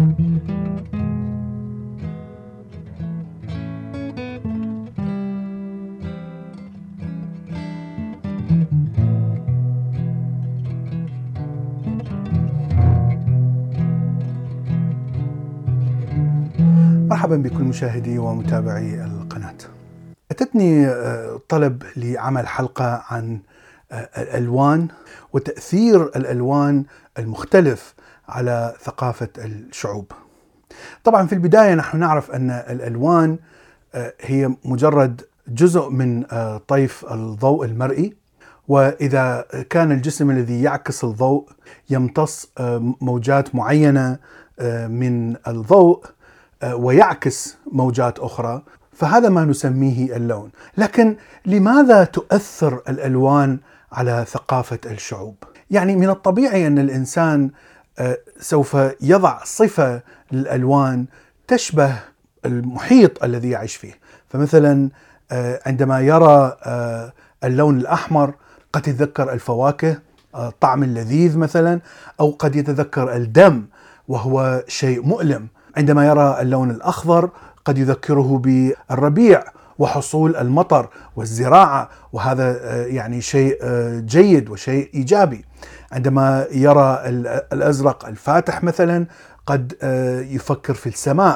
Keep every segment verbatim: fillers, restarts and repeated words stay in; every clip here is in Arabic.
مرحبا بكل مشاهدي ومتابعي القناة. أتتني طلب لعمل حلقة عن الألوان وتأثير الألوان المختلف على ثقافة الشعوب. طبعا في البداية نحن نعرف أن الألوان هي مجرد جزء من طيف الضوء المرئي، وإذا كان الجسم الذي يعكس الضوء يمتص موجات معينة من الضوء ويعكس موجات أخرى، فهذا ما نسميه اللون. لكن لماذا تؤثر الألوان على ثقافة الشعوب؟ يعني من الطبيعي أن الإنسان سوف يضع صفة للألوان تشبه المحيط الذي يعيش فيه. فمثلا عندما يرى اللون الأحمر قد يتذكر الفواكه، طعم اللذيذ مثلا، أو قد يتذكر الدم وهو شيء مؤلم. عندما يرى اللون الأخضر قد يذكره بالربيع وحصول المطر والزراعة، وهذا يعني شيء جيد وشيء إيجابي. عندما يرى الأزرق الفاتح مثلا قد يفكر في السماء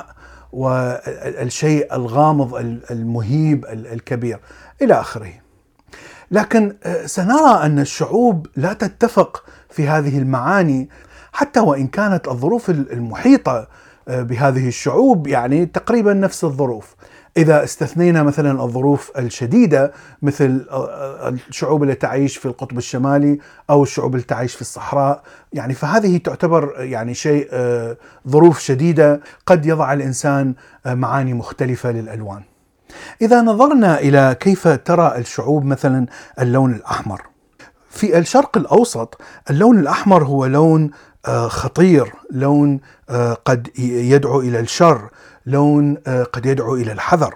والشيء الغامض المهيب الكبير إلى آخره. لكن سنرى أن الشعوب لا تتفق في هذه المعاني، حتى وإن كانت الظروف المحيطة بهذه الشعوب يعني تقريبا نفس الظروف. إذا استثنينا مثلا الظروف الشديدة مثل الشعوب التي تعيش في القطب الشمالي أو الشعوب التي تعيش في الصحراء، يعني فهذه تعتبر يعني شيء ظروف شديدة قد يضع الإنسان معاني مختلفة للألوان. إذا نظرنا إلى كيف ترى الشعوب مثلا اللون الأحمر في الشرق الأوسط، اللون الأحمر هو لون خطير، لون قد يدعو إلى الشر، لون قد يدعو إلى الحذر.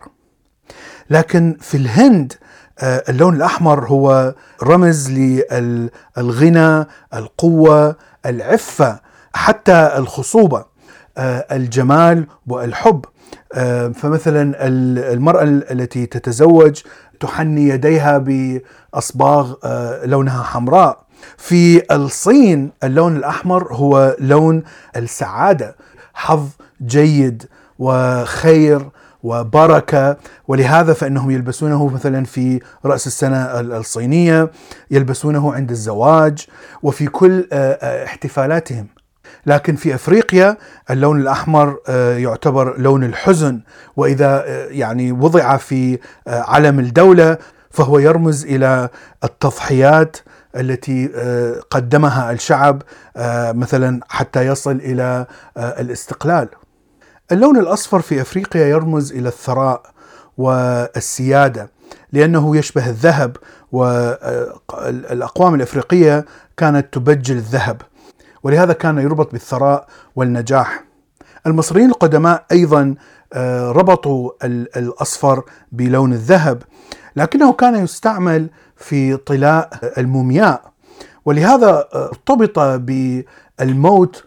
لكن في الهند اللون الأحمر هو رمز للغنى، القوة، العفة، حتى الخصوبة، الجمال والحب. فمثلا المرأة التي تتزوج تحني يديها بأصباغ لونها حمراء. في الصين اللون الأحمر هو لون السعادة، حظ جيد وخير وبركة، ولهذا فإنهم يلبسونه مثلا في رأس السنة الصينية، يلبسونه عند الزواج وفي كل احتفالاتهم. لكن في أفريقيا اللون الأحمر يعتبر لون الحزن، وإذا يعني وضع في علم الدولة فهو يرمز إلى التضحيات التي قدمها الشعب مثلا حتى يصل إلى الاستقلال. اللون الأصفر في أفريقيا يرمز إلى الثراء والسيادة، لأنه يشبه الذهب، والأقوام الأفريقية كانت تبجل الذهب، ولهذا كان يربط بالثراء والنجاح. المصريين القدماء أيضا ربطوا الأصفر بلون الذهب، لكنه كان يستعمل في طلاء المومياء، ولهذا ارتبط بالموت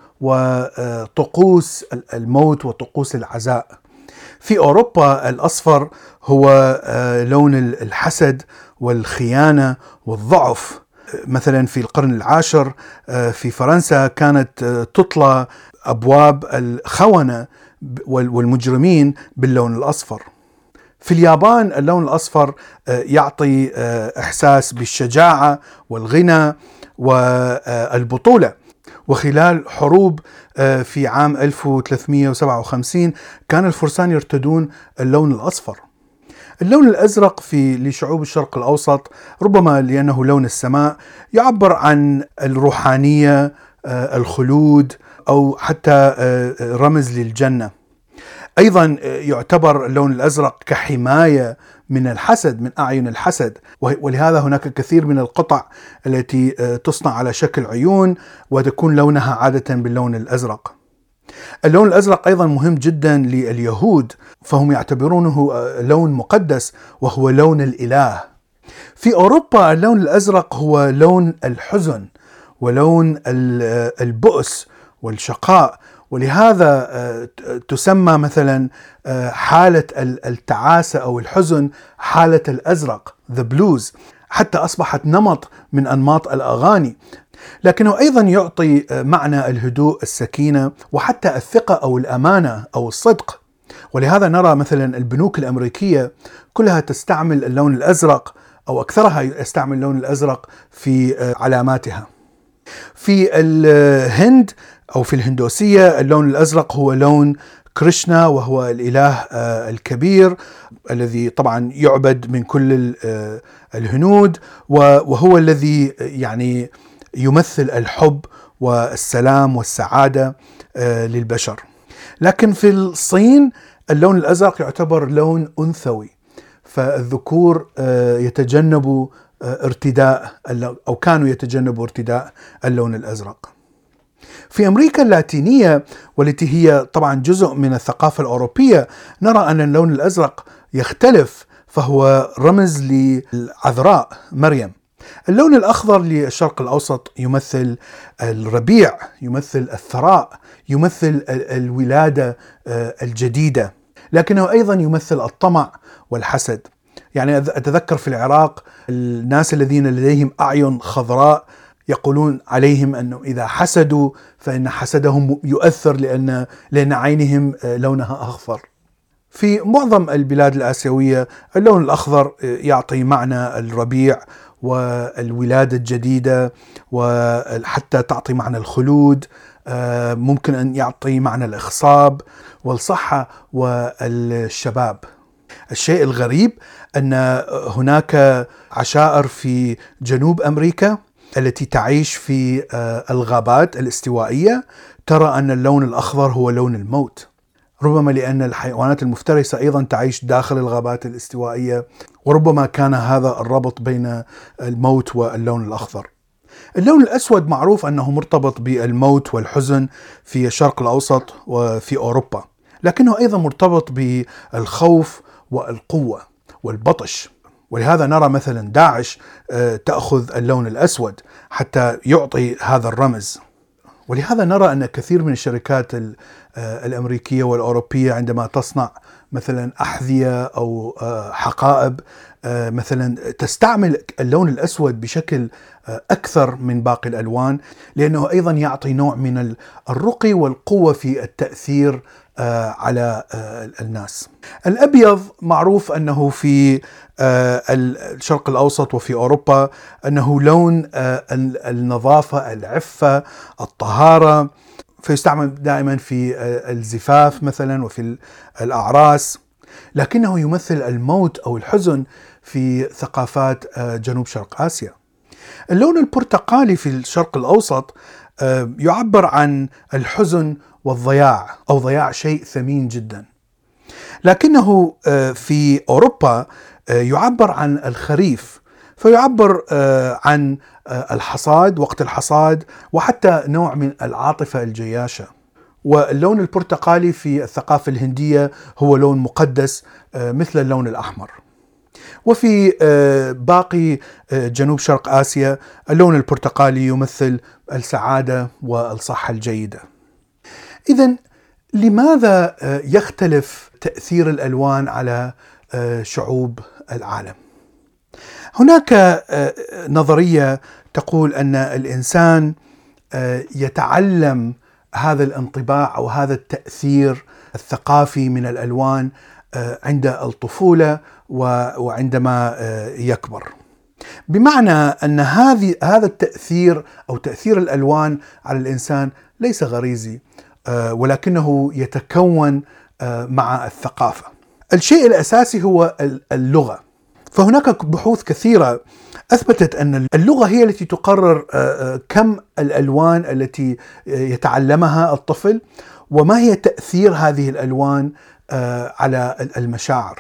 وطقوس الموت وطقوس العزاء. في أوروبا الأصفر هو لون الحسد والخيانة والضعف. مثلا في القرن العاشر في فرنسا كانت تطلى أبواب الخونة والمجرمين باللون الأصفر. في اليابان اللون الأصفر يعطي إحساس بالشجاعة والغنى والبطولة. وخلال حروب في عام ألف وثلاثمئة وسبعة وخمسين كان الفرسان يرتدون اللون الأصفر. اللون الأزرق في لشعوب الشرق الأوسط ربما لأنه لون السماء، يعبر عن الروحانية، الخلود، أو حتى رمز للجنة. أيضا يعتبر اللون الأزرق كحماية من الحسد، من أعين الحسد، ولهذا هناك كثير من القطع التي تصنع على شكل عيون وتكون لونها عادة باللون الأزرق. اللون الأزرق أيضا مهم جدا لليهود، فهم يعتبرونه لون مقدس وهو لون الإله. في أوروبا اللون الأزرق هو لون الحزن ولون البؤس والشقاء، ولهذا تسمى مثلا حالة التعاسة أو الحزن حالة الأزرق the blues، حتى أصبحت نمط من أنماط الأغاني. لكنه أيضا يعطي معنى الهدوء، السكينة، وحتى الثقة أو الأمانة أو الصدق. ولهذا نرى مثلا البنوك الأمريكية كلها تستعمل اللون الأزرق أو أكثرها يستعمل اللون الأزرق في علاماتها. في الهند أو في الهندوسية اللون الأزرق هو لون كريشنا، وهو الإله الكبير الذي طبعا يعبد من كل الهنود، وهو الذي يعني يمثل الحب والسلام والسعادة للبشر. لكن في الصين اللون الأزرق يعتبر لون أنثوي، فالذكور يتجنبوا ارتداء أو كانوا يتجنبوا ارتداء اللون الأزرق. في أمريكا اللاتينية، والتي هي طبعا جزء من الثقافة الأوروبية، نرى أن اللون الأزرق يختلف، فهو رمز للعذراء مريم. اللون الأخضر للشرق الأوسط يمثل الربيع، يمثل الثراء، يمثل الولادة الجديدة، لكنه أيضا يمثل الطمع والحسد. يعني أتذكر في العراق الناس الذين لديهم أعين خضراء يقولون عليهم أنه إذا حسدوا فإن حسدهم يؤثر لأن لأن عينهم لونها أخضر. في معظم البلاد الآسيوية اللون الأخضر يعطي معنى الربيع والولادة الجديدة، وحتى تعطي معنى الخلود، ممكن أن يعطي معنى الإخصاب والصحة والشباب. الشيء الغريب أن هناك عشائر في جنوب أمريكا التي تعيش في الغابات الاستوائية ترى أن اللون الأخضر هو لون الموت، ربما لأن الحيوانات المفترسة أيضا تعيش داخل الغابات الاستوائية، وربما كان هذا الربط بين الموت واللون الأخضر. اللون الأسود معروف أنه مرتبط بالموت والحزن في الشرق الأوسط وفي أوروبا، لكنه أيضا مرتبط بالخوف والقوة والبطش. ولهذا نرى مثلا داعش تأخذ اللون الأسود حتى يعطي هذا الرمز. ولهذا نرى أن كثير من الشركات الأمريكية والأوروبية عندما تصنع مثلا أحذية أو حقائب مثلا تستعمل اللون الأسود بشكل أكثر من باقي الألوان، لأنه أيضا يعطي نوع من الرقي والقوة في التأثير على الناس. الأبيض معروف أنه في الشرق الأوسط وفي أوروبا أنه لون النظافة، العفة، الطهارة، فيستعمل دائما في الزفاف مثلا وفي الأعراس، لكنه يمثل الموت أو الحزن في ثقافات جنوب شرق آسيا. اللون البرتقالي في الشرق الأوسط يعبر عن الحزن والضياع أو ضياع شيء ثمين جدا، لكنه في أوروبا يعبر عن الخريف، فيعبر عن الحصاد، وقت الحصاد، وحتى نوع من العاطفة الجياشة. واللون البرتقالي في الثقافة الهندية هو لون مقدس مثل اللون الأحمر. وفي باقي جنوب شرق آسيا اللون البرتقالي يمثل السعادة والصحة الجيدة. إذن لماذا يختلف تأثير الألوان على شعوب العالم؟ هناك نظرية تقول أن الإنسان يتعلم هذا الانطباع أو هذا التأثير الثقافي من الألوان عند الطفولة وعندما يكبر، بمعنى أن هذه هذا التأثير أو تأثير الألوان على الإنسان ليس غريزي، ولكنه يتكون مع الثقافة. الشيء الأساسي هو اللغة، فهناك بحوث كثيرة أثبتت أن اللغة هي التي تقرر كم الألوان التي يتعلمها الطفل، وما هي تأثير هذه الألوان على المشاعر.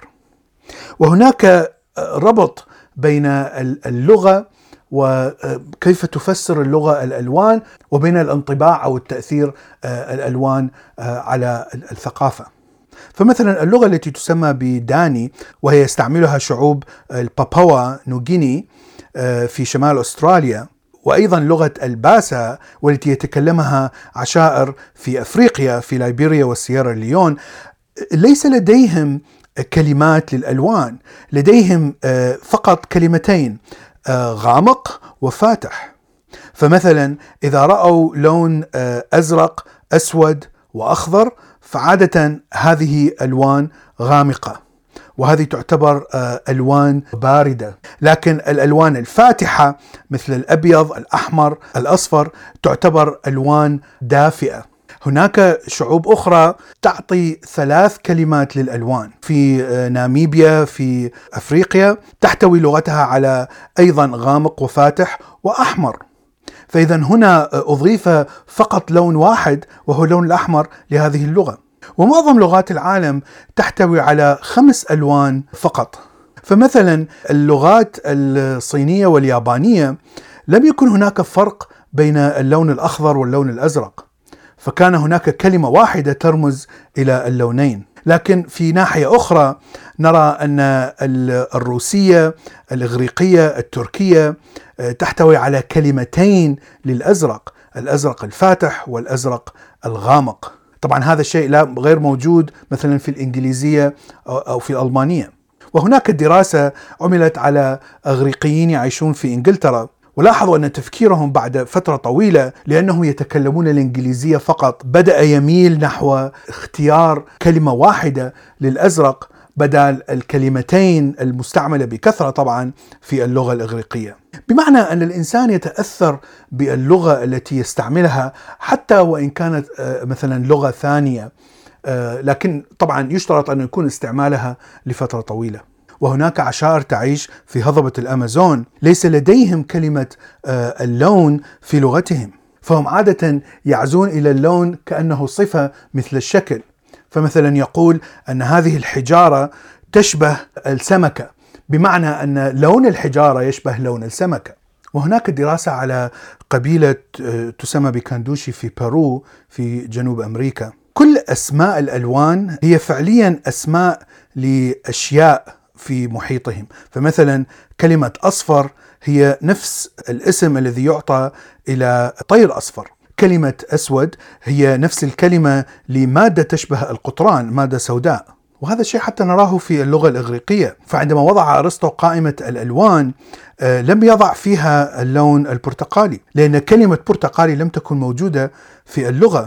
وهناك ربط بين اللغة وكيف تفسر اللغة الألوان وبين الانطباع أو التأثير الألوان على الثقافة. فمثلا اللغة التي تسمى بداني، وهي يستعملها شعوب البابوا نوغيني في شمال أستراليا، وأيضا لغة الباسا والتي يتكلمها عشائر في أفريقيا في ليبيريا والسييرا ليون، ليس لديهم كلمات للألوان، لديهم فقط كلمتين: غامق وفاتح. فمثلا إذا رأوا لون أزرق أسود وأخضر فعادة هذه ألوان غامقة، وهذه تعتبر ألوان باردة. لكن الألوان الفاتحة مثل الأبيض الأحمر الأصفر تعتبر ألوان دافئة. هناك شعوب أخرى تعطي ثلاث كلمات للألوان. في ناميبيا في أفريقيا تحتوي لغتها على أيضا غامق وفاتح وأحمر. فإذا هنا أضيف فقط لون واحد وهو اللون الأحمر لهذه اللغة. ومعظم لغات العالم تحتوي على خمس ألوان فقط. فمثلا اللغات الصينية واليابانية لم يكن هناك فرق بين اللون الأخضر واللون الأزرق، فكان هناك كلمة واحدة ترمز إلى اللونين. لكن في ناحية أخرى نرى أن الروسية، الإغريقية، التركية تحتوي على كلمتين للأزرق: الأزرق الفاتح والأزرق الغامق. طبعا هذا الشيء لا غير موجود مثلا في الإنجليزية أو في الألمانية. وهناك دراسة عملت على إغريقيين يعيشون في إنجلترا، ولاحظوا أن تفكيرهم بعد فترة طويلة لأنهم يتكلمون الإنجليزية فقط بدأ يميل نحو اختيار كلمة واحدة للأزرق بدل الكلمتين المستعملة بكثرة طبعا في اللغة الإغريقية. بمعنى أن الإنسان يتأثر باللغة التي يستعملها حتى وإن كانت مثلا لغة ثانية، لكن طبعا يشترط أن يكون استعمالها لفترة طويلة. وهناك عشائر تعيش في هضبة الأمازون ليس لديهم كلمة اللون في لغتهم، فهم عادة يعزون إلى اللون كأنه صفة مثل الشكل. فمثلا يقول أن هذه الحجارة تشبه السمكة، بمعنى أن لون الحجارة يشبه لون السمكة. وهناك دراسة على قبيلة تسمى بكاندوشي في بيرو في جنوب أمريكا. كل أسماء الألوان هي فعليا أسماء لأشياء في محيطهم. فمثلا كلمة أصفر هي نفس الاسم الذي يعطى إلى طير أصفر. كلمة أسود هي نفس الكلمة لمادة تشبه القطران، مادة سوداء. وهذا الشيء حتى نراه في اللغة الإغريقية. فعندما وضع أرسطو قائمة الألوان لم يضع فيها اللون البرتقالي، لأن كلمة برتقالي لم تكن موجودة في اللغة.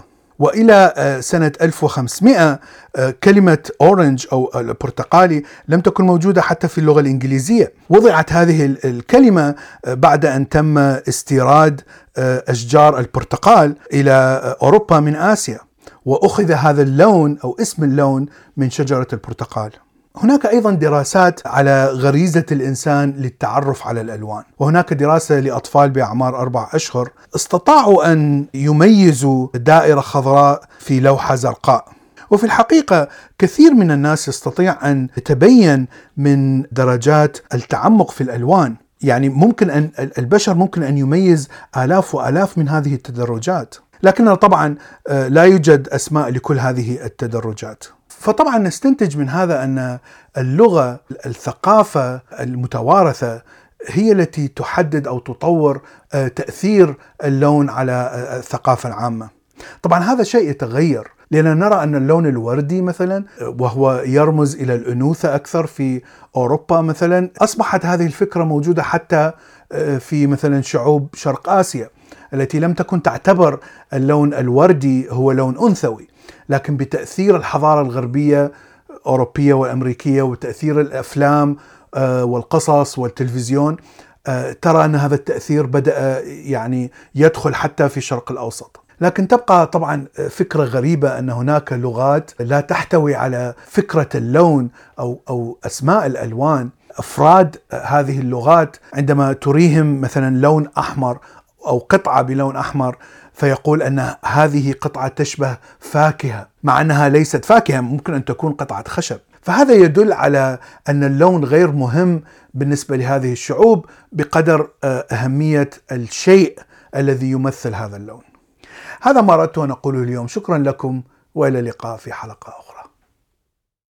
وإلى سنة ألف وخمسمائة كلمة أورنج أو البرتقالي لم تكن موجودة حتى في اللغة الإنجليزية. وضعت هذه الكلمة بعد أن تم استيراد أشجار البرتقال إلى أوروبا من آسيا، وأخذ هذا اللون أو اسم اللون من شجرة البرتقال. هناك أيضا دراسات على غريزة الإنسان للتعرف على الألوان. وهناك دراسة لأطفال بأعمار أربع أشهر استطاعوا أن يميزوا دائرة خضراء في لوحة زرقاء. وفي الحقيقة كثير من الناس يستطيع أن يتبين من درجات التعمق في الألوان. يعني ممكن أن البشر ممكن أن يميز آلاف وآلاف من هذه التدرجات، لكن طبعا لا يوجد أسماء لكل هذه التدرجات. فطبعا نستنتج من هذا أن اللغة، الثقافة المتوارثة هي التي تحدد أو تطور تأثير اللون على الثقافة العامة. طبعا هذا شيء يتغير، لأننا نرى أن اللون الوردي مثلا، وهو يرمز إلى الأنوثة أكثر في أوروبا مثلا، أصبحت هذه الفكرة موجودة حتى في مثلا شعوب شرق آسيا التي لم تكن تعتبر اللون الوردي هو لون أنثوي، لكن بتأثير الحضارة الغربية أوروبية وأمريكية وتأثير الأفلام والقصص والتلفزيون ترى أن هذا التأثير بدأ يعني يدخل حتى في الشرق الأوسط. لكن تبقى طبعا فكرة غريبة أن هناك لغات لا تحتوي على فكرة اللون أو أو أسماء الألوان. أفراد هذه اللغات عندما تريهم مثلا لون أحمر أو قطعة بلون أحمر فيقول أن هذه قطعة تشبه فاكهة، مع أنها ليست فاكهة، ممكن أن تكون قطعة خشب. فهذا يدل على أن اللون غير مهم بالنسبة لهذه الشعوب بقدر أهمية الشيء الذي يمثل هذا اللون. هذا ما أردت أن أقوله اليوم. شكرا لكم، وإلى اللقاء في حلقة أخرى.